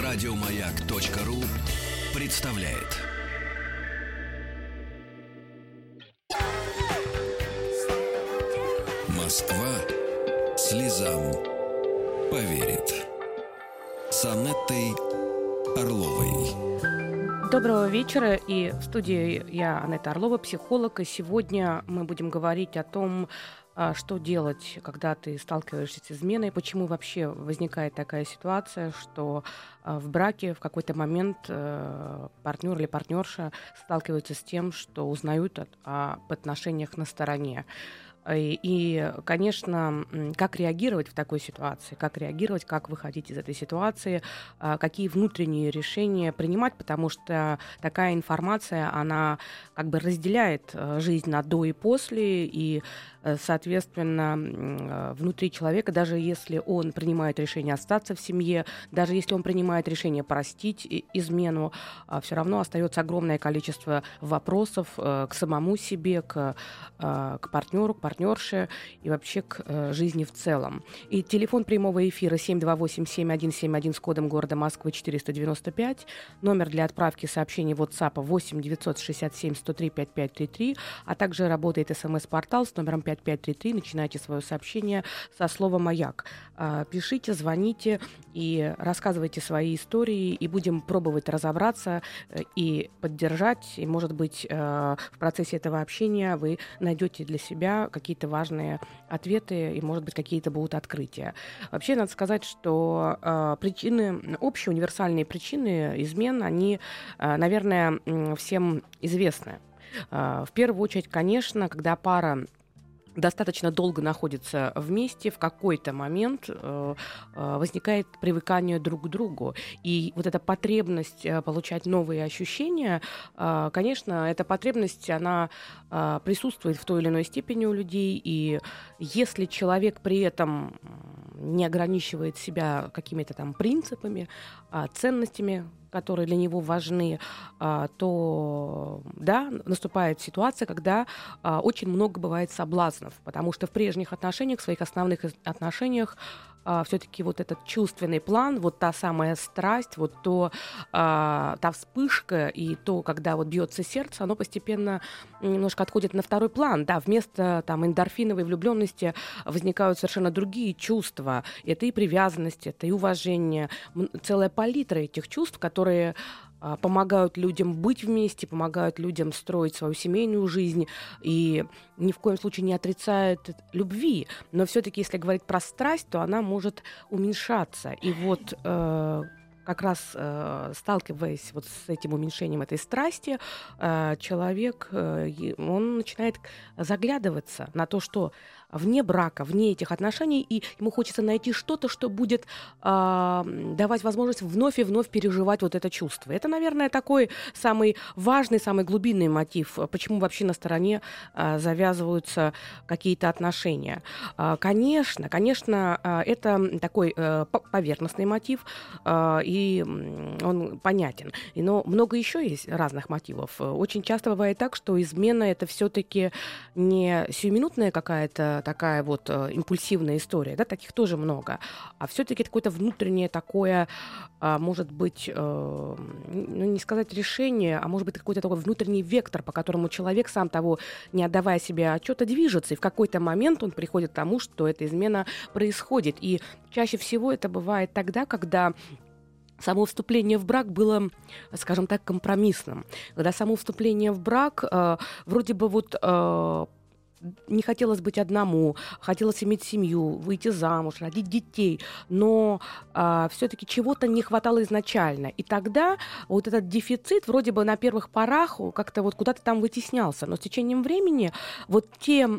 Радиомаяк.ру представляет. Москва слезам поверит. С Анеттой Орловой. Доброго вечера. И в студии я, Анетта Орлова, психолог. И сегодня мы будем говорить о том, что делать, когда ты сталкиваешься с изменой, почему вообще возникает такая ситуация, что в браке в какой-то момент партнер или партнерша сталкиваются с тем, что узнают об отношениях на стороне. И, конечно, как реагировать в такой ситуации, как реагировать, как выходить из этой ситуации, какие внутренние решения принимать, потому что такая информация, она как бы разделяет жизнь на до и после, и, соответственно, внутри человека, даже если он принимает решение остаться в семье, даже если он принимает решение простить измену, все равно остается огромное количество вопросов к самому себе, к партнеру, к партнерше и вообще к жизни в целом. И телефон прямого эфира 728-7171 с кодом города Москвы 495, номер для отправки сообщений WhatsApp 8 967 103 5533, а также работает СМС-портал с номером 5533. Начинайте свое сообщение со слова «Маяк». Пишите, звоните и рассказывайте свои истории, и будем пробовать разобраться и поддержать. И, может быть, в процессе этого общения вы найдете для себя какие-то важные ответы, и, может быть, какие-то будут открытия. Вообще, надо сказать, что причины, общие универсальные причины измен, они, наверное, всем известны. В первую очередь, конечно, когда пара достаточно долго находится вместе, в какой-то момент возникает привыкание друг к другу. И вот эта потребность получать новые ощущения, конечно, эта потребность, она присутствует в той или иной степени у людей. И если человек при этом не ограничивает себя какими-то там принципами, ценностями, которые для него важны, то да, наступает ситуация, когда очень много бывает соблазнов, потому что в прежних отношениях, в своих основных отношениях, все-таки вот этот чувственный план, вот та самая страсть, вот та вспышка и то, когда вот бьется сердце, оно постепенно немножко отходит на второй план. Да, вместо там эндорфиновой влюбленности возникают совершенно другие чувства. Это и привязанность, это и уважение, целая палитра этих чувств, которые помогают людям быть вместе, помогают людям строить свою семейную жизнь и ни в коем случае не отрицают любви. Но все-таки, если говорить про страсть, то она может уменьшаться. И вот как раз сталкиваясь вот с этим уменьшением этой страсти, человек, он начинает заглядываться на то, что вне брака, вне этих отношений, и ему хочется найти что-то, что будет давать возможность вновь и вновь переживать вот это чувство. Это, наверное, такой самый важный, самый глубинный мотив, почему вообще на стороне завязываются какие-то отношения. Конечно, это такой поверхностный мотив, и он понятен. Но много еще есть разных мотивов. Очень часто бывает так, что измена — это все-таки не сиюминутная какая-то такая вот импульсивная история, да, таких тоже много, а все-таки какое-то внутреннее такое, может быть, не сказать решение, а может быть какой-то такой внутренний вектор, по которому человек, сам того не отдавая себе отчета, движется, и в какой-то момент он приходит к тому, что эта измена происходит. И чаще всего это бывает тогда, когда само вступление в брак было, скажем так, компромиссным. Когда само вступление в брак вроде бы вот не хотелось быть одному, хотелось иметь семью, выйти замуж, родить детей, но все-таки чего-то не хватало изначально. И тогда вот этот дефицит вроде бы на первых порах как-то вот куда-то там вытеснялся. Но с течением времени вот те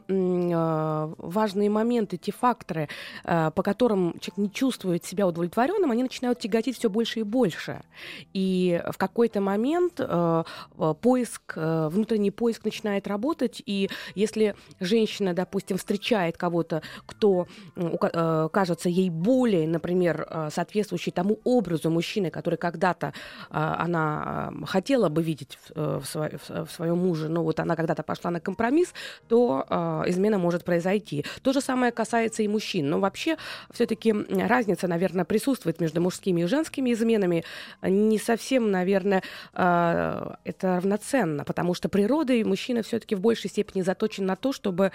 важные моменты, те факторы, по которым человек не чувствует себя удовлетворенным, они начинают тяготить все больше и больше. И в какой-то момент внутренний поиск начинает работать, и если женщина, допустим, встречает кого-то, кто кажется ей более, например, соответствующий тому образу мужчины, который когда-то она хотела бы видеть в своем муже, но вот она когда-то пошла на компромисс, то измена может произойти. То же самое касается и мужчин. Но вообще все-таки разница, наверное, присутствует между мужскими и женскими изменами. Не совсем, наверное, это равноценно, потому что природой мужчина все-таки в большей степени заточен на то, чтобы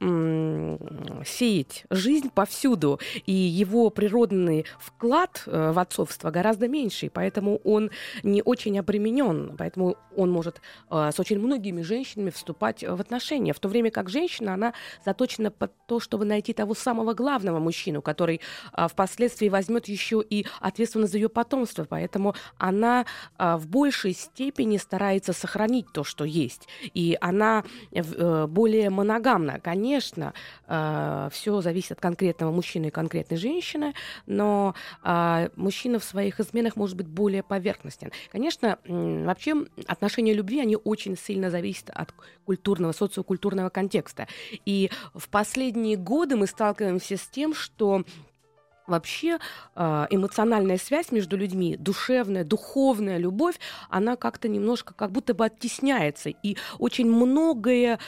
сеять жизнь повсюду. И его природный вклад в отцовство гораздо меньше, и поэтому он не очень обременен, поэтому он может с очень многими женщинами вступать в отношения, в то время как женщина, она заточена под то, чтобы найти того самого главного мужчину, который впоследствии возьмет еще и ответственность за ее потомство, поэтому она в большей степени старается сохранить то, что есть, и она более моногамна. Конечно, все зависит от конкретного мужчины и конкретной женщины, но мужчина в своих изменах может быть более поверхностен. Конечно, вообще отношения любви, они очень сильно зависят от культурного, социокультурного контекста. И в последние годы мы сталкиваемся с тем, что вообще эмоциональная связь между людьми, душевная, духовная любовь, она как-то немножко как будто бы оттесняется. И очень многое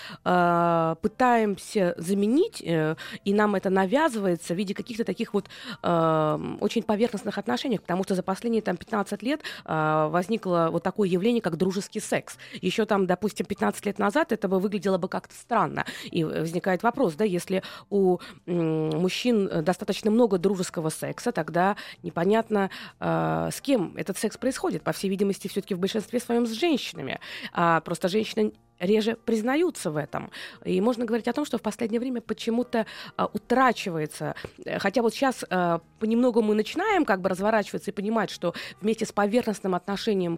пытаемся заменить, и нам это навязывается в виде каких-то таких вот очень поверхностных отношений, потому что за последние 15 лет возникло вот такое явление, как дружеский секс. Еще допустим, 15 лет назад это бы выглядело бы как-то странно. И возникает вопрос, да, если у мужчин достаточно много дружеского секса, тогда непонятно, с кем этот секс происходит. По всей видимости, все-таки в большинстве своем с женщинами. Просто женщины реже признаются в этом. И можно говорить о том, что в последнее время почему-то утрачивается. Хотя вот сейчас понемногу мы начинаем как бы разворачиваться и понимать, что вместе с поверхностным отношением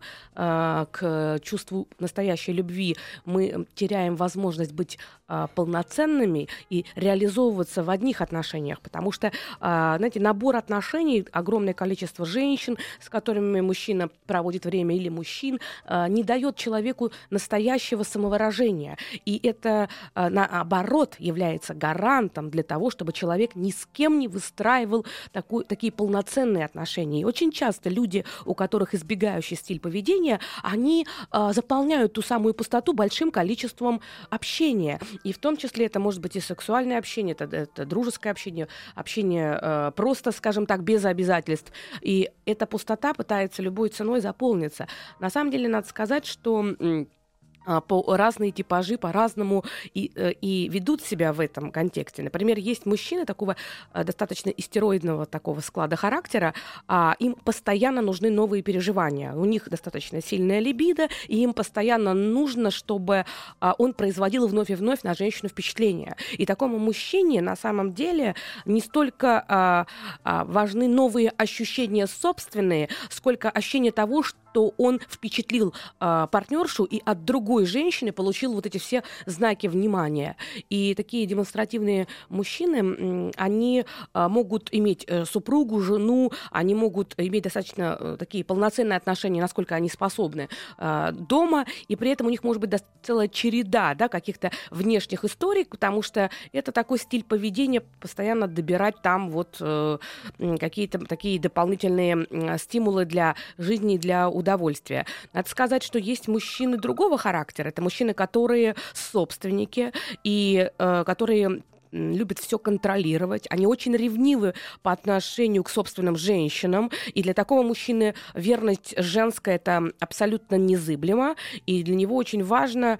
к чувству настоящей любви мы теряем возможность быть полноценными и реализовываться в одних отношениях. Потому что, знаете, набор отношений, огромное количество женщин, с которыми мужчина проводит время, или мужчин, не дает человеку настоящего самовыражения. И это, наоборот, является гарантом для того, чтобы человек ни с кем не выстраивал такие полноценные отношения. И очень часто люди, у которых избегающий стиль поведения, они заполняют ту самую пустоту большим количеством общения. И в том числе это может быть и сексуальное общение, это дружеское общение, общение просто, скажем так, без обязательств. И эта пустота пытается любой ценой заполниться. На самом деле, надо сказать, что разные типажи по-разному и ведут себя в этом контексте. Например, есть мужчины такого достаточно истероидного такого склада характера, им постоянно нужны новые переживания. У них достаточно сильная либидо, и им постоянно нужно, чтобы он производил вновь и вновь на женщину впечатление. И такому мужчине на самом деле не столько важны новые ощущения собственные, сколько ощущение того, что он впечатлил партнершу и от другой женщины получил вот эти все знаки внимания. И такие демонстративные мужчины, они могут иметь супругу, жену, они могут иметь достаточно такие полноценные отношения, насколько они способны дома, и при этом у них может быть целая череда, да, каких-то внешних историй, потому что это такой стиль поведения, постоянно добирать там вот какие-то такие дополнительные стимулы для жизни, для удовольствия. Надо сказать, что есть мужчины другого характера. Это мужчины, которые собственники и которые любят все контролировать. Они очень ревнивы по отношению к собственным женщинам. И для такого мужчины верность женская — это абсолютно незыблемо. И для него очень важно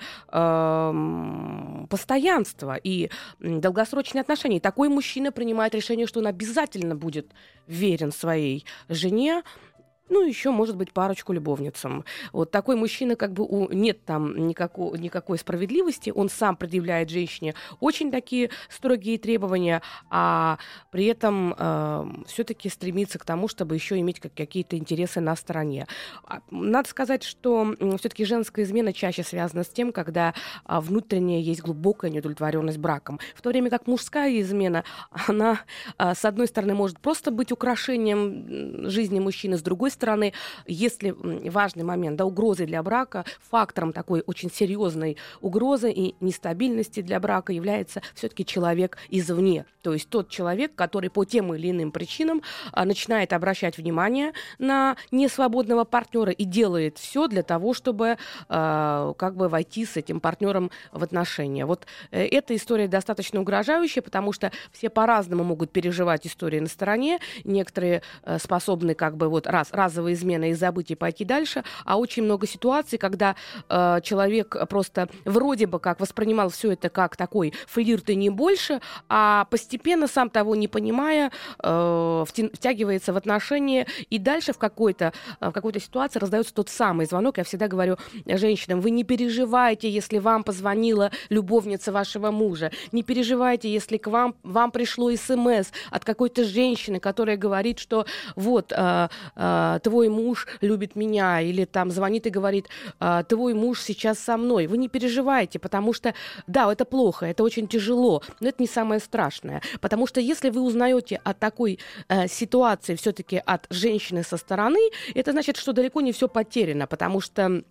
постоянство и долгосрочные отношения. И такой мужчина принимает решение, что он обязательно будет верен своей жене. Ну, еще, может быть, парочку любовницам. Вот такой мужчина, как бы нет там никакой справедливости, он сам предъявляет женщине очень такие строгие требования, а при этом все-таки стремится к тому, чтобы еще иметь какие-то интересы на стороне. Надо сказать, что все-таки женская измена чаще связана с тем, когда внутренняя есть глубокая неудовлетворенность браком. В то время как мужская измена, она, с одной стороны, может просто быть украшением жизни мужчины, с другой стороны, если важный момент, да, угрозой для брака, фактором такой очень серьезной угрозы и нестабильности для брака является все-таки человек извне. То есть тот человек, который по тем или иным причинам начинает обращать внимание на несвободного партнера и делает все для того, чтобы как бы войти с этим партнером в отношения. Вот эта история достаточно угрожающая, потому что все по-разному могут переживать истории на стороне. Некоторые способны как бы вот разовые измены и забыть и пойти дальше, а очень много ситуаций, когда человек просто вроде бы как воспринимал все это как такой флирт и не больше, а постепенно, сам того не понимая, втягивается в отношения, и дальше в какой-то ситуации раздается тот самый звонок. Я всегда говорю женщинам: вы не переживайте, если вам позвонила любовница вашего мужа, не переживайте, если к вам пришло СМС от какой-то женщины, которая говорит, что вот твой муж любит меня, или там звонит и говорит: твой муж сейчас со мной. Вы не переживайте, потому что, да, это плохо, это очень тяжело, но это не самое страшное, потому что если вы узнаете о такой ситуации все-таки от женщины со стороны, это значит, что далеко не все потеряно, потому что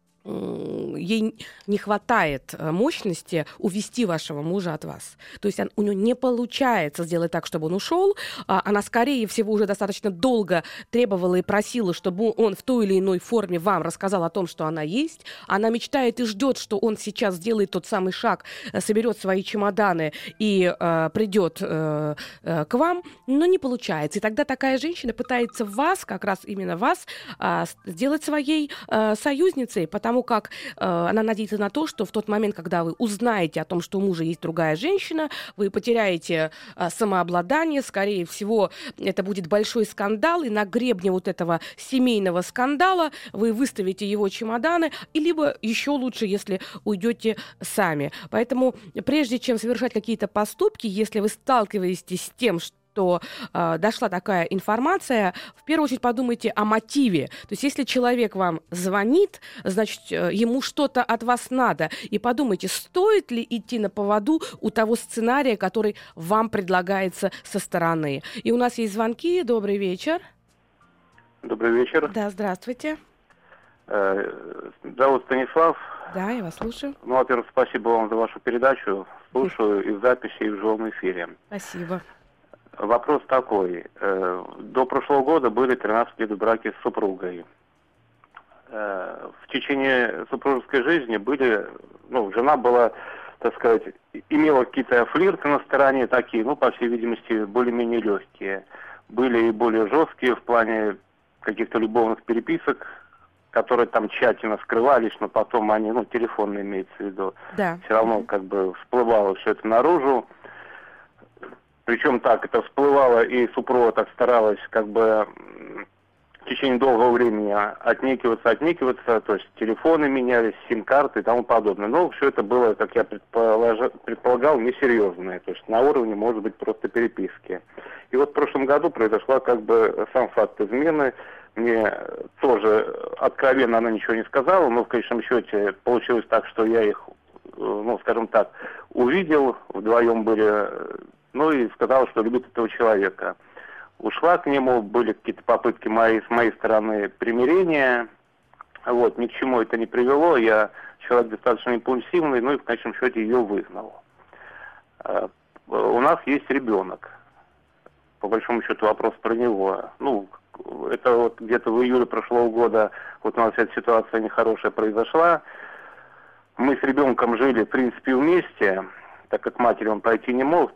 ей не хватает мощности увести вашего мужа от вас. То есть у нее не получается сделать так, чтобы он ушел. Она, скорее всего, уже достаточно долго требовала и просила, чтобы он в той или иной форме вам рассказал о том, что она есть. Она мечтает и ждет, что он сейчас сделает тот самый шаг, соберет свои чемоданы и придет к вам, но не получается. И тогда такая женщина пытается вас, как раз именно вас, сделать своей союзницей, потому как она надеется на то, что в тот момент, когда вы узнаете о том, что у мужа есть другая женщина, вы потеряете самообладание, скорее всего, это будет большой скандал, и на гребне вот этого семейного скандала вы выставите его чемоданы, и либо еще лучше, если уйдете сами. Поэтому прежде чем совершать какие-то поступки, если вы сталкиваетесь с тем, что дошла такая информация, в первую очередь подумайте о мотиве. То есть если человек вам звонит, значит, ему что-то от вас надо. И подумайте, стоит ли идти на поводу у того сценария, который вам предлагается со стороны. И у нас есть звонки. Добрый вечер. Добрый вечер. Да, здравствуйте. Зовут Станислав. Да, я вас слушаю. Ну, во-первых, спасибо вам за вашу передачу. Слушаю и в записи, и в живом эфире. Спасибо. Вопрос такой. До прошлого года были 13 лет в браке с супругой. В течение супружеской жизни жена была, так сказать, имела какие-то флирты на стороне, такие, по всей видимости, более-менее легкие. Были и более жесткие в плане каких-то любовных переписок, которые там тщательно скрывались, но потом они, телефонные имеется в виду, да. Все равно как бы всплывало все это наружу. Причем так это всплывало, и супруга так старалась как бы в течение долгого времени отнекиваться, то есть телефоны менялись, сим-карты и тому подобное. Но все это было, как я предполагал, несерьезное, то есть на уровне, может быть, просто переписки. И вот в прошлом году произошла как бы сам факт измены. Мне тоже откровенно она ничего не сказала, но в конечном счете получилось так, что я их, скажем так, увидел, вдвоем были... и сказала, что любит этого человека. Ушла к нему, были какие-то попытки с моей стороны примирения. Ни к чему это не привело. Я человек достаточно импульсивный, и в конечном счете ее выгнал. У нас есть ребенок. По большому счету вопрос про него. Это где-то в июле прошлого года у нас эта ситуация нехорошая произошла. Мы с ребенком жили, в принципе, вместе, так как матери он пойти не мог,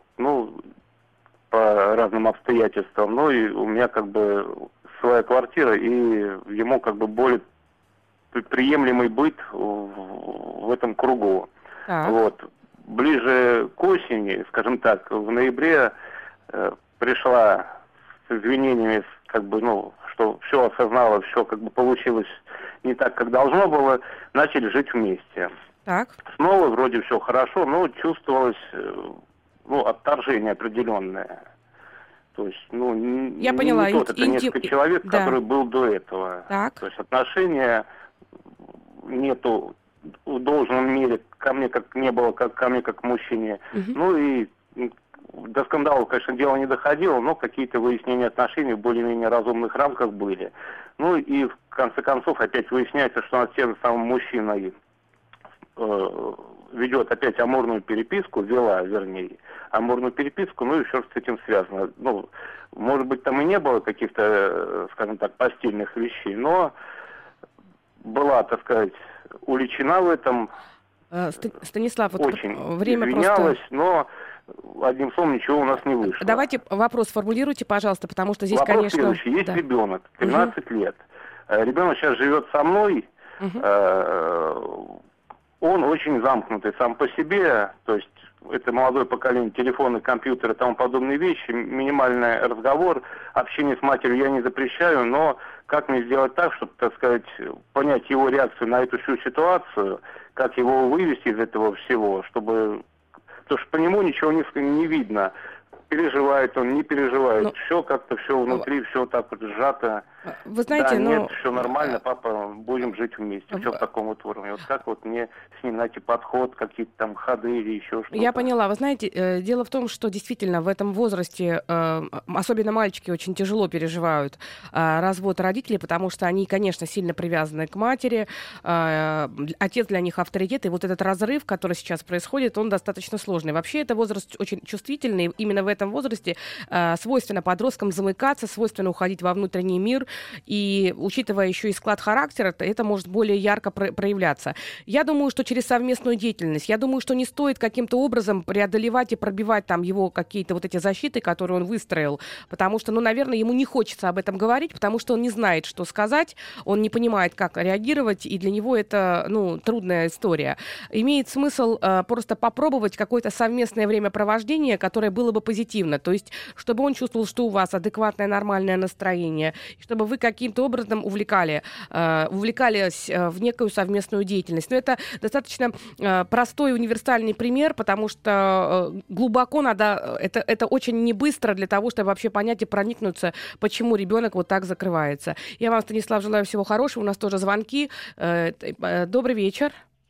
по разным обстоятельствам. И у меня как бы своя квартира, и ему как бы более приемлемый быт в этом кругу. Ближе к осени, скажем так, в ноябре пришла с извинениями, что все осознала, все как бы получилось не так, как должно было, начали жить вместе. Так. Снова вроде все хорошо, но чувствовалось отторжение определенное. То есть, я поняла. это несколько человек, да. который был до этого. Так. То есть отношения нету в должном мере ко мне, как не было, как ко мне, как к мужчине. Угу. И до скандала, конечно, дело не доходило, но какие-то выяснения отношений в более-менее разумных рамках были. Ну и в конце концов опять выясняется, что над тем же самым мужчиной ведет опять амурную переписку, вела, вернее, амурную переписку, ну и все, что с этим связано. Ну, может быть, там и не было каких-то, скажем так, постельных вещей, но была, так сказать, уличена в этом. Станислав, вот очень время извинялась, просто... но одним словом ничего у нас не вышло. Давайте вопрос формулируйте, пожалуйста, потому что здесь, вопрос конечно... следующий. Есть ребенок, 13 лет. Ребенок сейчас живет со мной. Он очень замкнутый сам по себе, то есть это молодое поколение, телефоны, компьютеры и тому подобные вещи, минимальный разговор, общение с матерью я не запрещаю, но как мне сделать так, чтобы, так сказать, понять его реакцию на эту всю ситуацию, как его вывести из этого всего, чтобы... Потому что по нему ничего не видно. Переживает он, не переживает. Все как-то, все внутри, все так вот сжато. Вы знаете, да, нет, все нормально, папа, будем жить вместе. Все в таком вот уровне. Вот как вот мне с ним найти подход, какие-то там ходы или еще что-то. Я поняла. Вы знаете, дело в том, что действительно в этом возрасте, особенно мальчики, очень тяжело переживают развод родителей, потому что они, конечно, сильно привязаны к матери. Отец для них авторитет. И вот этот разрыв, который сейчас происходит, он достаточно сложный. Вообще, это возраст очень чувствительный. Именно в этом возрасте свойственно подросткам замыкаться, свойственно уходить во внутренний мир. И учитывая еще и склад характера, это может более ярко проявляться. Я думаю, что через совместную деятельность, я думаю, что не стоит каким-то образом преодолевать и пробивать там его какие-то вот эти защиты, которые он выстроил, потому что, наверное, ему не хочется об этом говорить, потому что он не знает, что сказать, он не понимает, как реагировать, и для него это, трудная история. Имеет смысл просто попробовать какое-то совместное времяпровождение, которое было бы позитивно, то есть, чтобы он чувствовал, что у вас адекватное, нормальное настроение, чтобы вы каким-то образом увлекались в некую совместную деятельность. Но это достаточно простой универсальный пример, потому что глубоко надо, это очень не быстро для того, чтобы вообще понять и проникнуться, почему ребенок вот так закрывается. Я вам, Станислав, желаю всего хорошего. У нас тоже звонки. Добрый вечер.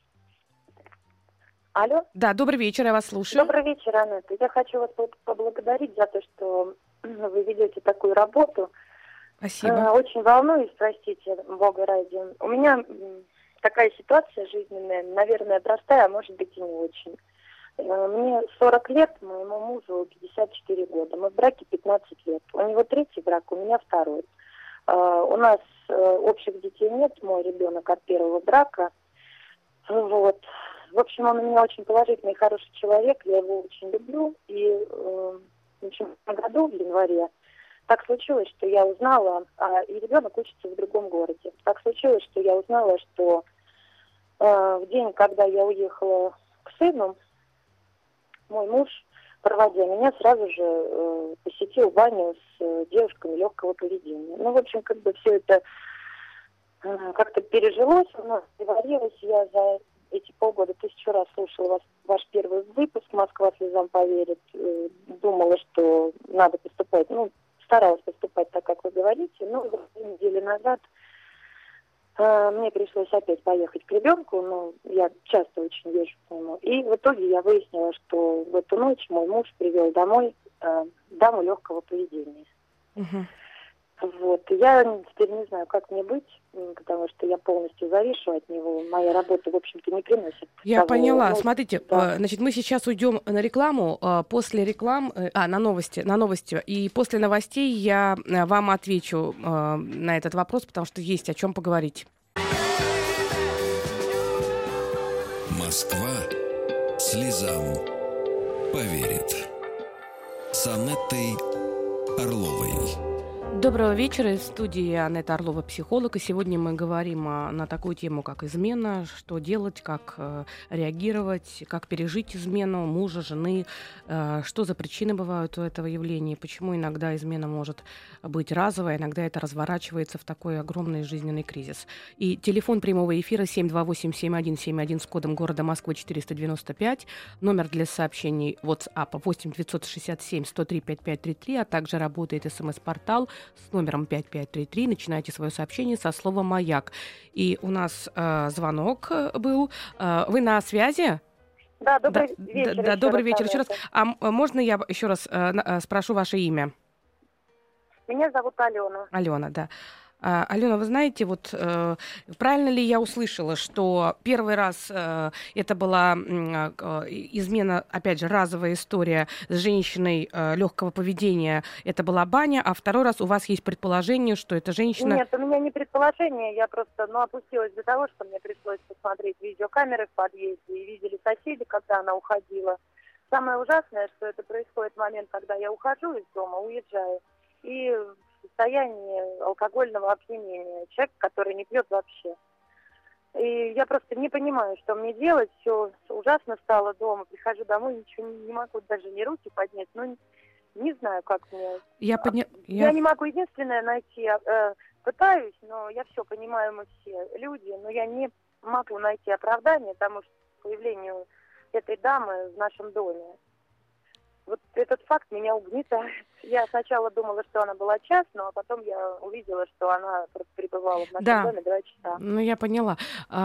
Алло? Да, добрый вечер, я вас слушаю. Добрый вечер, Анетта. Я хочу вас поблагодарить за то, что вы ведете такую работу. Спасибо. Очень волнуюсь, простите, Бога ради. У меня такая ситуация жизненная, наверное, простая, а может быть и не очень. Мне 40 лет, моему мужу 54 года. Мы в браке 15 лет. У него третий брак, у меня второй. У нас общих детей нет, мой ребенок от первого брака. Вот. В общем, он у меня очень положительный и хороший человек, я его очень люблю. И в общем, в году, в январе, так случилось, что я узнала, и ребенок учится в другом городе. Так случилось, что я узнала, что в день, когда я уехала к сыну, мой муж, проводя меня, сразу же посетил баню с девушками легкого поведения. В общем, все это как-то пережилось, у нас говорилось. Я за эти полгода 1000 раз слушала ваш первый выпуск «Москва слезам поверит». Думала, что надо поступать, старалась поступать так, как вы говорите, но 2 недели назад мне пришлось опять поехать к ребенку, я часто очень езжу к нему, и в итоге я выяснила, что в эту ночь мой муж привел домой даму легкого поведения. Вот. Я теперь не знаю, как мне быть, потому что я полностью завишу от него. Моя работа, в общем-то, не приносит. Я поняла. Смотрите, да. Значит, мы сейчас уйдем на рекламу. После рекламы, на новости. И после новостей я вам отвечу на этот вопрос, потому что есть о чем поговорить. Москва слезам поверит. С Анеттой Орловой. Доброго вечера. В студии Анетта Орлова, психолог. И сегодня мы говорим на такую тему, как измена, что делать, как реагировать, как пережить измену мужа, жены, что за причины бывают у этого явления, почему иногда измена может быть разовой, иногда это разворачивается в такой огромный жизненный кризис. И телефон прямого эфира 728-7171 с кодом города Москвы 495, номер для сообщений WhatsApp 8-967-103-5533, а также работает СМС-портал с номером 5533. Начинайте свое сообщение со слова «Маяк». И у нас звонок был. Вы на связи? Да, добрый вечер. Да, добрый раз, вечер еще раз. Анетта. Можно я еще раз спрошу ваше имя? Меня зовут Алена. Алена, да. Алена, вы знаете, вот правильно ли я услышала, что первый раз это была измена, опять же, разовая история с женщиной легкого поведения, это была баня, а второй раз у вас есть предположение, что эта женщина... Нет, у меня не предположение, я просто, опустилась до того, что мне пришлось посмотреть видеокамеры в подъезде, и видели соседи, когда она уходила. Самое ужасное, что это происходит в момент, когда я ухожу из дома, уезжаю, и в состоянии алкогольного опьянения. Человек, который не пьет вообще. И я просто не понимаю, что мне делать. Все ужасно стало дома. Прихожу домой, ничего не могу, даже не руки поднять. Не знаю, как мне. Я не могу единственное найти. Пытаюсь, но я все понимаю, мы все люди. Но я не могу найти оправдание тому, что появлению этой дамы в нашем доме. Вот этот факт меня угнетает. Я сначала думала, что она была час, но потом я увидела, что она пребывала в нашем доме 2 часа. Я поняла.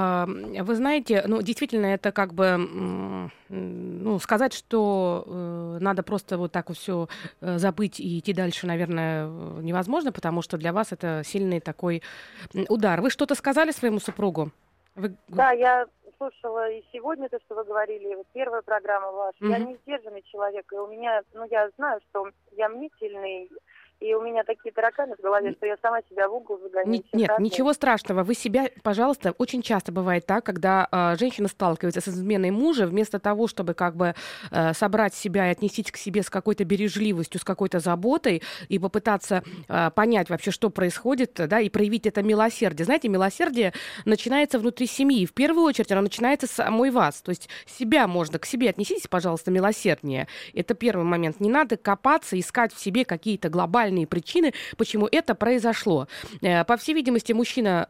Вы знаете, действительно, это как бы, сказать, что надо просто вот так вот все забыть и идти дальше, наверное, невозможно, потому что для вас это сильный такой удар. Вы что-то сказали своему супругу? Да, я слушала и сегодня то, что вы говорили, вот первая программа ваша. Я не сдержанный человек, и у меня, я знаю, что я мнительный, и у меня такие тараканы в голове, что я сама себя в угол загоняю. Нет, ничего страшного. Вы себя, пожалуйста, очень часто бывает так, когда женщина сталкивается с изменой мужа, вместо того, чтобы как бы собрать себя и отнестись к себе с какой-то бережливостью, с какой-то заботой и попытаться понять вообще, что происходит, да, и проявить это милосердие. Знаете, милосердие начинается внутри семьи. В первую очередь оно начинается с самой вас. То есть себя можно, к себе отнеситесь, пожалуйста, милосерднее. Это первый момент. Не надо копаться, искать в себе какие-то глобальные причины, почему это произошло. По всей видимости, мужчина,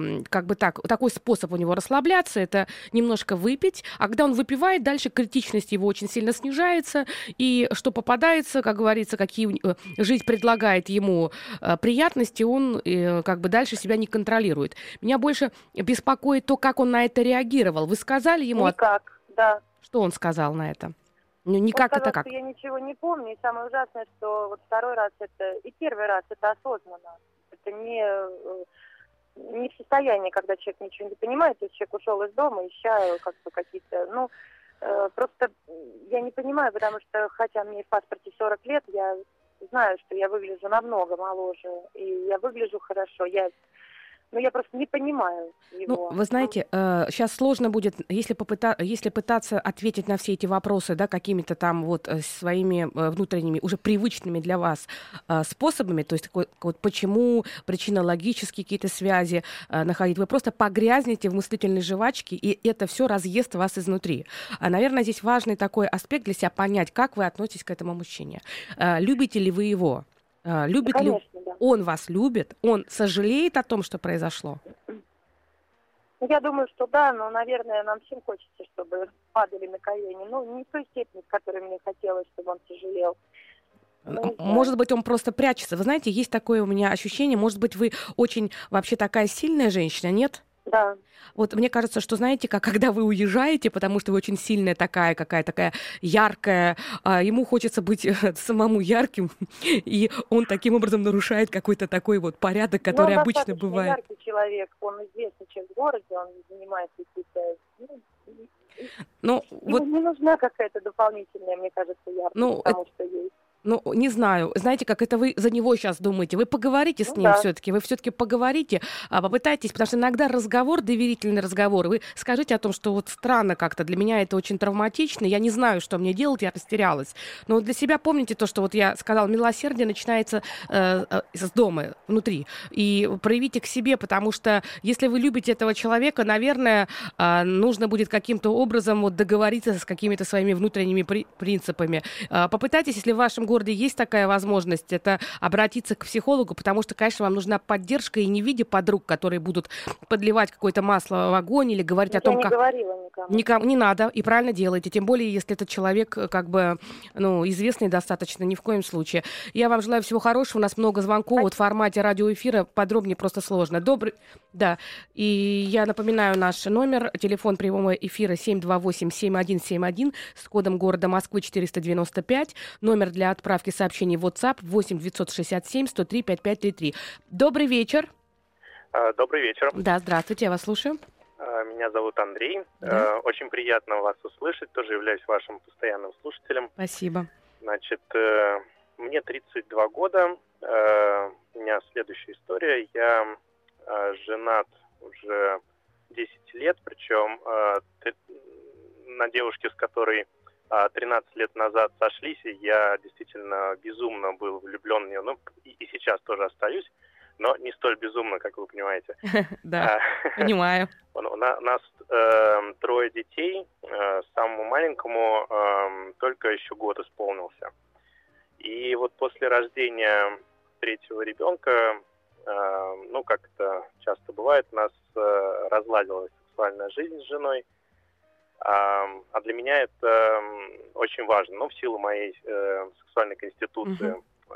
такой способ у него расслабляться, это немножко выпить, а когда он выпивает, дальше критичность его очень сильно снижается, и что попадается, как говорится, какие жизнь предлагает ему приятности, он как бы дальше себя не контролирует. Меня больше беспокоит то, как он на это реагировал. Вы сказали ему... Никак, да. Что он сказал на это? Никак он сказал, это как? Что я ничего не помню, и самое ужасное, что вот второй раз это, и первый раз это осознанно. Это не в состоянии, когда человек ничего не понимает, то есть человек ушел из дома, ища как-то какие-то, просто я не понимаю, потому что, хотя мне в паспорте 40 лет, я знаю, что я выгляжу намного моложе, и я выгляжу хорошо, я просто не понимаю его. Вы знаете, сейчас сложно будет, если пытаться ответить на все эти вопросы, да, какими-то там вот своими внутренними, уже привычными для вас способами, то есть почему, причинно-логические какие-то связи находить. Вы просто погрязнете в мыслительной жвачке, и это все разъест вас изнутри. Наверное, здесь важный такой аспект для себя понять, как вы относитесь к этому мужчине. Любите ли вы его? Любит Конечно, ли да. он вас любит? Он сожалеет о том, что произошло? Я думаю, что да, но, наверное, нам всем хочется, чтобы падали на колени. Не в той степени, в которой мне хотелось, чтобы он сожалел. Может быть, он просто прячется. Вы знаете, есть такое у меня ощущение, может быть, вы очень вообще такая сильная женщина, нет? Да. Вот мне кажется, что, знаете, когда вы уезжаете, потому что вы очень сильная такая, такая яркая, ему хочется быть самому ярким, и он таким образом нарушает какой-то такой вот порядок, который обычно бывает. Он яркий человек, он известный человек в городе, он занимается какие-то... Не нужна какая-то дополнительная, мне кажется, яркость, потому что есть. Не знаю. Знаете, как это вы за него сейчас думаете? Вы поговорите с ним все-таки. Вы все-таки поговорите, попытайтесь, потому что иногда доверительный разговор, вы скажите о том, что вот странно как-то, для меня это очень травматично, я не знаю, что мне делать, я растерялась. Но для себя помните то, что вот я сказала, милосердие начинается с дома, внутри. И проявите к себе, потому что если вы любите этого человека, наверное, нужно будет каким-то образом вот договориться с какими-то своими внутренними принципами. Попытайтесь, если в вашем городе есть такая возможность, это обратиться к психологу, потому что, конечно, вам нужна поддержка и не в виде подруг, которые будут подливать какое-то масло в огонь или говорить о том, Я не как... говорила никому. Никому не надо, и правильно делаете. Тем более, если этот человек известный достаточно, ни в коем случае. Я вам желаю всего хорошего. У нас много звонков. Вот в формате радиоэфира подробнее просто сложно. Да. И я напоминаю наш номер. Телефон прямого эфира 728-7171 с кодом города Москвы 495. Номер для отправки сообщений в WhatsApp 8-967-103-5533. Добрый вечер. Добрый вечер. Да, здравствуйте, я вас слушаю. Меня зовут Андрей. Да. Очень приятно вас услышать. Тоже являюсь вашим постоянным слушателем. Спасибо. Значит, мне 32 года. У меня следующая история. Я женат уже 10 лет, причем на девушке, с которой 13 лет назад сошлись, и я действительно безумно был влюблен в нее. Ну, и сейчас тоже остаюсь, но не столь безумно, как вы понимаете. Да, понимаю. У нас 3 детей. Самому маленькому только еще год исполнился. И вот после рождения 3-го ребенка, как это часто бывает, у нас разладилась сексуальная жизнь с женой. А для меня это очень важно. В силу моей сексуальной конституции.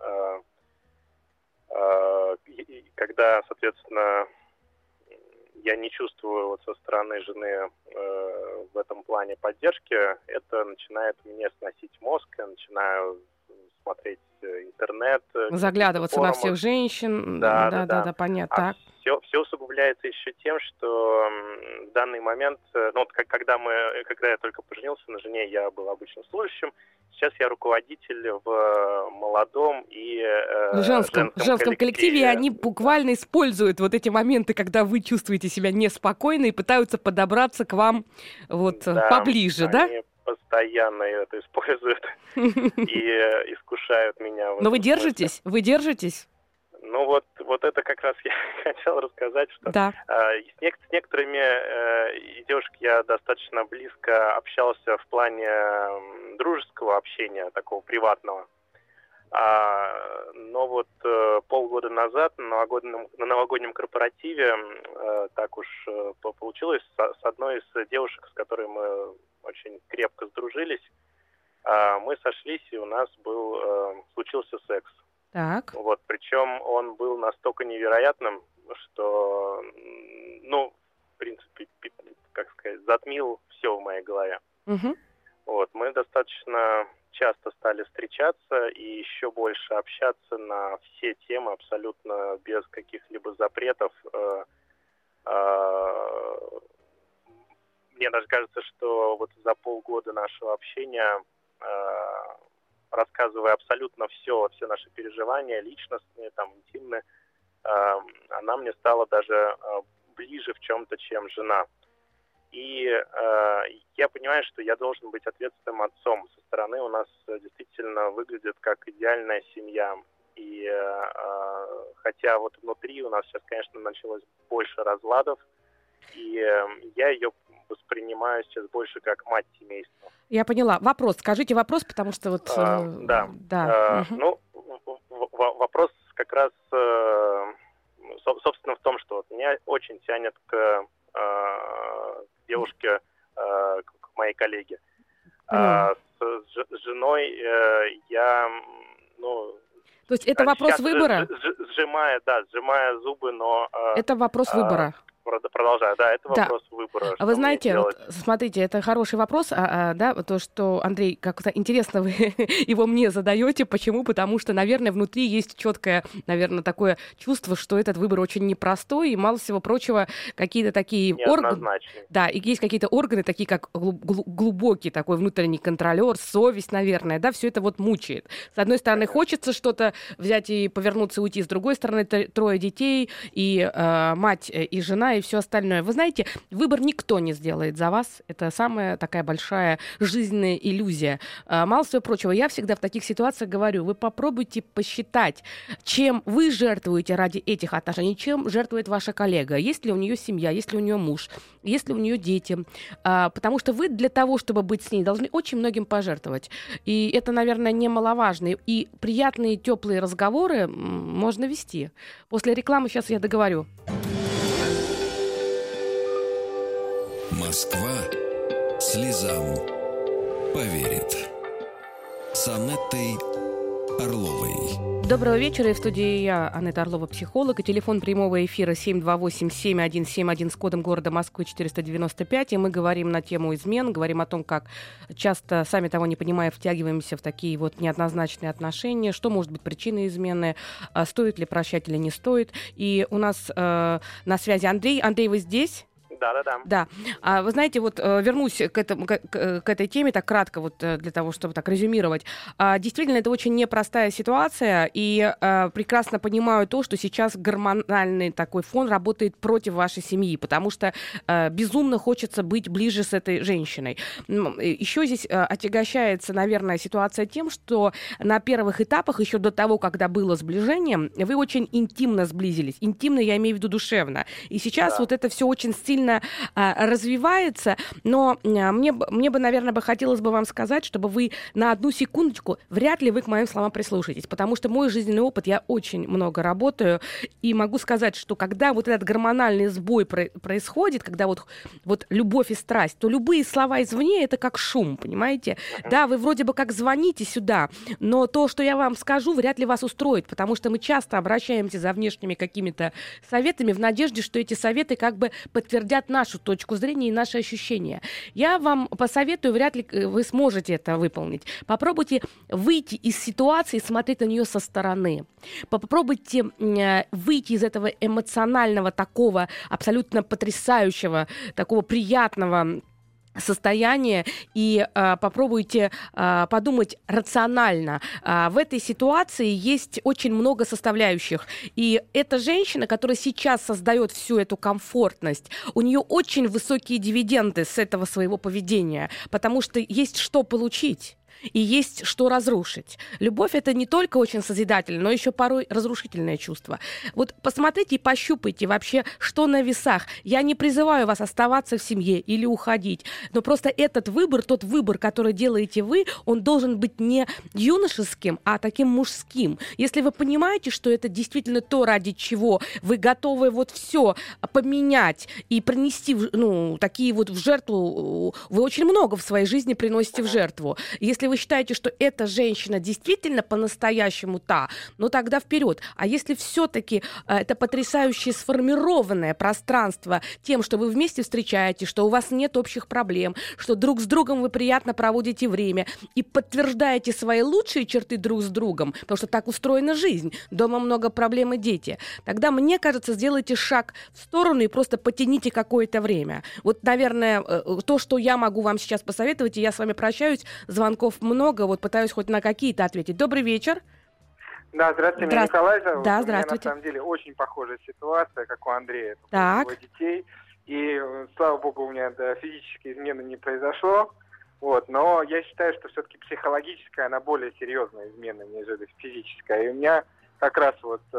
Когда, соответственно, я не чувствую вот со стороны жены в этом плане поддержки, это начинает мне сносить мозг, я начинаю смотреть интернет. Заглядываться на всех женщин. Да, понятно. Все усугубляется еще тем, что в данный момент, когда я только поженился на жене, я был обычным служащим. Сейчас я руководитель в молодом и женском коллективе, и они буквально используют вот эти моменты, когда вы чувствуете себя неспокойно и пытаются подобраться к вам поближе, да? Они постоянно это используют и искушают меня. Но вы держитесь? Вы держитесь? Вот это как раз я хотел рассказать, что с некоторыми девушками я достаточно близко общался в плане дружеского общения, такого приватного. Но вот полгода назад на новогоднем корпоративе так уж получилось с одной из девушек, с которой мы очень крепко сдружились, мы сошлись, и у нас случился секс. Так. Причем он был настолько невероятным, что, в принципе, как сказать, затмил все в моей голове. Угу. Мы достаточно часто стали встречаться и еще больше общаться на все темы, абсолютно без каких-либо запретов. Мне даже кажется, что вот за полгода нашего общения, рассказывая абсолютно все наши переживания, личностные, интимные, она мне стала даже ближе в чем-то, чем жена. И я понимаю, что я должен быть ответственным отцом. Со стороны у нас действительно выглядит как идеальная семья. И хотя вот внутри у нас сейчас, конечно, началось больше разладов, и я ее воспринимаю сейчас больше как мать семейства. Я поняла. Вопрос. Скажите вопрос, потому что вот... Вопрос как раз, собственно, в том, что меня очень тянет к девушке, к моей коллеге. С женой я, То есть это вопрос выбора? Сжимая зубы, но... Это вопрос выбора. Продолжаю, это вопрос выбора. А вы знаете, смотрите, это хороший вопрос, то, что, Андрей, как-то интересно вы его мне задаете. Почему? Потому что, наверное, внутри есть четкое, такое чувство, что этот выбор очень непростой, и, мало всего прочего, какие-то такие органы... Да, и есть какие-то органы, такие как глубокий такой внутренний контролер, совесть, наверное, все это мучает. С одной стороны, хочется что-то взять и повернуться, уйти, с другой стороны, 3 детей, и мать, и жена, и все остальное. Вы знаете, выбор никто не сделает за вас. Это самая такая большая жизненная иллюзия. Мало всего прочего, я всегда в таких ситуациях говорю, вы попробуйте посчитать, чем вы жертвуете ради этих отношений, чем жертвует ваша коллега. Есть ли у нее семья, есть ли у нее муж, есть ли у нее дети. Потому что вы для того, чтобы быть с ней, должны очень многим пожертвовать. И это, наверное, немаловажно. И приятные, теплые разговоры можно вести. После рекламы сейчас я договорю. Москва слезам поверит. С Анеттой Орловой. Доброго вечера. И в студии я, Анетта Орлова, психолог. И телефон прямого эфира 728-7171 с кодом города Москвы 495. И мы говорим на тему измен, говорим о том, как часто, сами того не понимая, втягиваемся в такие вот неоднозначные отношения, что может быть причиной измены, стоит ли прощать или не стоит. И у нас на связи Андрей. Андрей, вы здесь? Да. Вы знаете, вот вернусь к этой теме так кратко, вот для того, чтобы так резюмировать. Действительно, это очень непростая ситуация, и прекрасно понимаю то, что сейчас гормональный такой фон работает против вашей семьи, потому что безумно хочется быть ближе с этой женщиной. Еще здесь отягощается, наверное, ситуация тем, что на первых этапах, еще до того, когда было сближение, вы очень интимно сблизились. Интимно, я имею в виду душевно. И сейчас вот это все очень сильно развивается, но мне бы, наверное, хотелось бы вам сказать, чтобы вы на одну секундочку, вряд ли вы к моим словам прислушаетесь, потому что мой жизненный опыт, я очень много работаю, и могу сказать, что когда вот этот гормональный сбой происходит, когда вот любовь и страсть, то любые слова извне — это как шум, понимаете? Да, вы вроде бы как звоните сюда, но то, что я вам скажу, вряд ли вас устроит, потому что мы часто обращаемся за внешними какими-то советами в надежде, что эти советы как бы подтвердят нашу точку зрения и наши ощущения. Я вам посоветую, вряд ли вы сможете это выполнить. Попробуйте выйти из ситуации и смотреть на нее со стороны. Попробуйте выйти из этого эмоционального, такого абсолютно потрясающего, такого приятного состояние и попробуйте подумать рационально. В этой ситуации есть очень много составляющих. И эта женщина, которая сейчас создает всю эту комфортность, у нее очень высокие дивиденды с этого своего поведения, потому что есть что получить. И есть что разрушить. Любовь — это не только очень созидательное, но еще порой разрушительное чувство. Вот посмотрите и пощупайте вообще, что на весах. Я не призываю вас оставаться в семье или уходить, но просто этот выбор, тот выбор, который делаете вы, он должен быть не юношеским, а таким мужским. Если вы понимаете, что это действительно то, ради чего вы готовы вот все поменять и принести, такие вот в жертву, вы очень много в своей жизни приносите в жертву. Если вы считаете, что эта женщина действительно по-настоящему тогда вперед. А если все-таки это потрясающее сформированное пространство тем, что вы вместе встречаетесь, что у вас нет общих проблем, что друг с другом вы приятно проводите время и подтверждаете свои лучшие черты друг с другом, потому что так устроена жизнь, дома много проблем и дети, тогда, мне кажется, сделайте шаг в сторону и просто потяните какое-то время. Вот, наверное, то, что я могу вам сейчас посоветовать, и я с вами прощаюсь, звонков много, вот пытаюсь хоть на какие-то ответить. Добрый вечер. Да, здравствуйте, меня Николай зовут. Да, здравствуйте. У меня, на самом деле, очень похожая ситуация, как у Андрея. Так. У его детей. И, слава богу, у меня физической измены не произошло. Но я считаю, что все-таки психологическая, она более серьезная измена, нежели физическая. И у меня как раз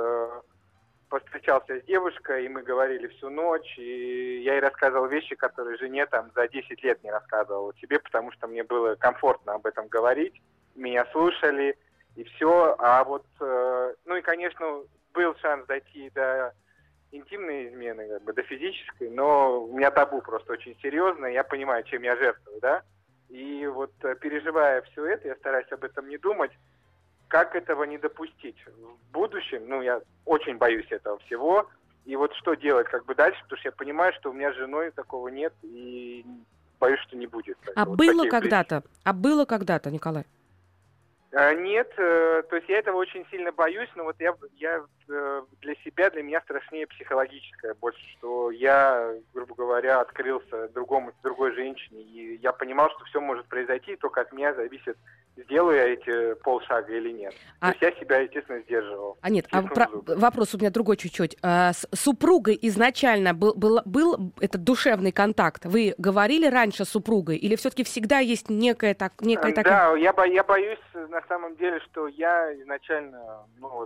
повстречался с девушкой, и мы говорили всю ночь, и я ей рассказывал вещи, которые жене за 10 лет не рассказывал себе, потому что мне было комфортно об этом говорить, меня слушали, и все. И, конечно, был шанс дойти до интимной измены, до физической, но у меня табу просто очень серьезное, я понимаю, чем я жертвую, да, и переживая все это, я стараюсь об этом не думать. Как этого не допустить в будущем? Я очень боюсь этого всего. И что делать дальше? Потому что я понимаю, что у меня с женой такого нет, и боюсь, что не будет. Было когда-то, Николай? Нет, то есть я этого очень сильно боюсь, но я для меня страшнее психологическое больше, что я, грубо говоря, открылся другой женщине, и я понимал, что все может произойти, только от меня зависит, сделаю я эти полшага или нет. То есть я себя, естественно, сдерживал. Вопрос у меня другой чуть-чуть. С супругой изначально был этот душевный контакт? Вы говорили раньше с супругой, или все-таки всегда есть некая такая... Да, я боюсь, на самом деле, что я изначально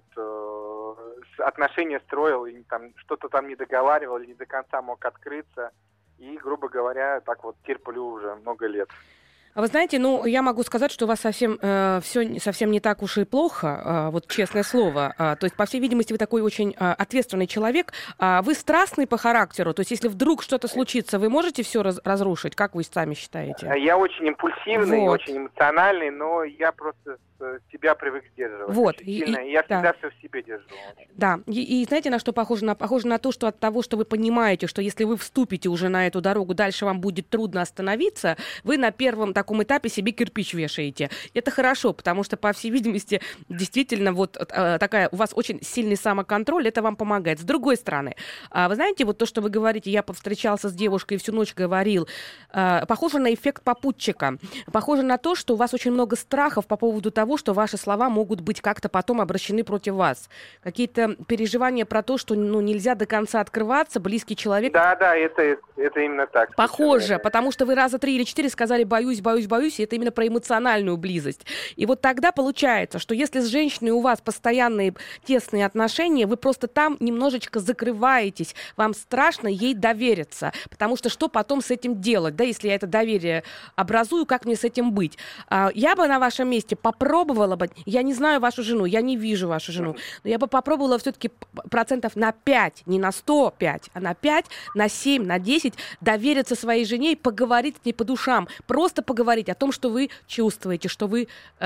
отношения строил, и что-то не договаривал, или не до конца мог открыться, и, грубо говоря, терплю уже много лет. А вы знаете, я могу сказать, что у вас совсем все совсем не так уж и плохо, вот честное слово. То есть, по всей видимости, вы такой очень ответственный человек. Вы страстный по характеру, то есть, если вдруг что-то случится, вы можете все разрушить, как вы сами считаете? Я очень импульсивный, Вот. очень эмоциональный, но я просто себя привык сдерживать. Вот. Очень сильно, и я всегда все в себе держу. Да, и знаете, на что похоже? Похоже на то, что от того, что вы понимаете, что если вы вступите уже на эту дорогу, дальше вам будет трудно остановиться, вы на первом таком этапе себе кирпич вешаете. Это хорошо, потому что, по всей видимости, действительно, вот такая у вас очень сильный самоконтроль, это вам помогает. С другой стороны, вы знаете, вот то, что вы говорите, я повстречался с девушкой и всю ночь говорил, похоже на эффект попутчика. Похоже на то, что у вас очень много страхов по поводу того, что ваши слова могут быть как-то потом обращены против вас. Какие-то переживания про то, что нельзя до конца открываться, близкий человек... Да, это именно так. Похоже, потому что вы раза 3 или 4 сказали «боюсь», и это именно про эмоциональную близость. И вот тогда получается, что если с женщиной у вас постоянные тесные отношения, вы просто там немножечко закрываетесь, вам страшно ей довериться, потому что что потом с этим делать, да, если я это доверие образую, как мне с этим быть? Я бы на вашем месте попробовала бы, я не знаю вашу жену, я не вижу вашу жену, но я бы попробовала все-таки процентов на 5, не на 105, а на 5, на 7, на 10 довериться своей жене и поговорить с ней по душам, просто поговорить о том, что вы чувствуете, что вы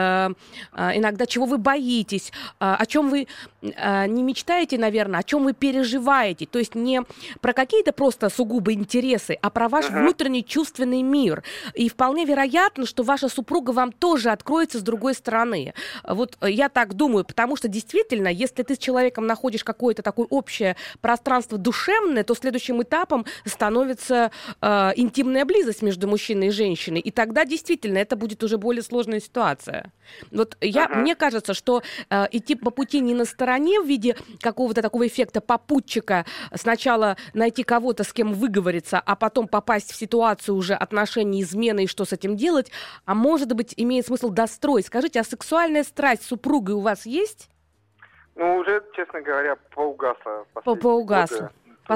иногда, чего вы боитесь, о чем вы не мечтаете, наверное, о чем вы переживаете. То есть не про какие-то просто сугубо интересы, а про ваш внутренний чувственный мир. И вполне вероятно, что ваша супруга вам тоже откроется с другой стороны. Вот я так думаю, потому что действительно, если ты с человеком находишь какое-то такое общее пространство душевное, то следующим этапом становится интимная близость между мужчиной и женщиной. И тогда действительно это будет уже более сложная ситуация. Вот мне кажется, что идти по пути не на стороне в виде какого-то такого эффекта попутчика, сначала найти кого-то, с кем выговориться, а потом попасть в ситуацию уже отношений, измены и что с этим делать, а может быть, имеет смысл достроить. Скажите, а сексуальная страсть с супругой у вас есть? Уже, честно говоря, поугасла. Поугасла.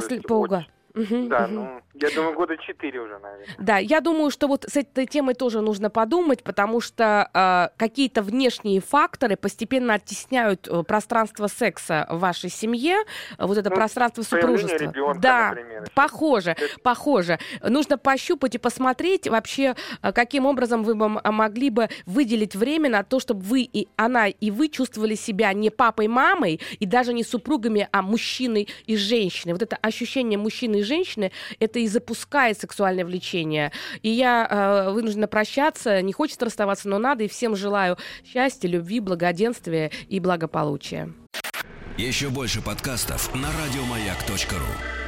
Да, я думаю, 4 года уже, наверное. Да, я думаю, что вот с этой темой тоже нужно подумать, потому что какие-то внешние факторы постепенно оттесняют пространство секса в вашей семье, вот это пространство супружества. Ребенка, да, например, похоже. Нужно пощупать и посмотреть вообще, каким образом вы могли бы выделить время на то, чтобы вы и она, и вы чувствовали себя не папой, мамой, и даже не супругами, а мужчиной и женщиной. Вот это ощущение мужчины и женщины, это и запускает сексуальное влечение. И я вынуждена прощаться, не хочется расставаться, но надо, и всем желаю счастья, любви, благоденствия и благополучия. Еще больше подкастов на радиомаяк.ру.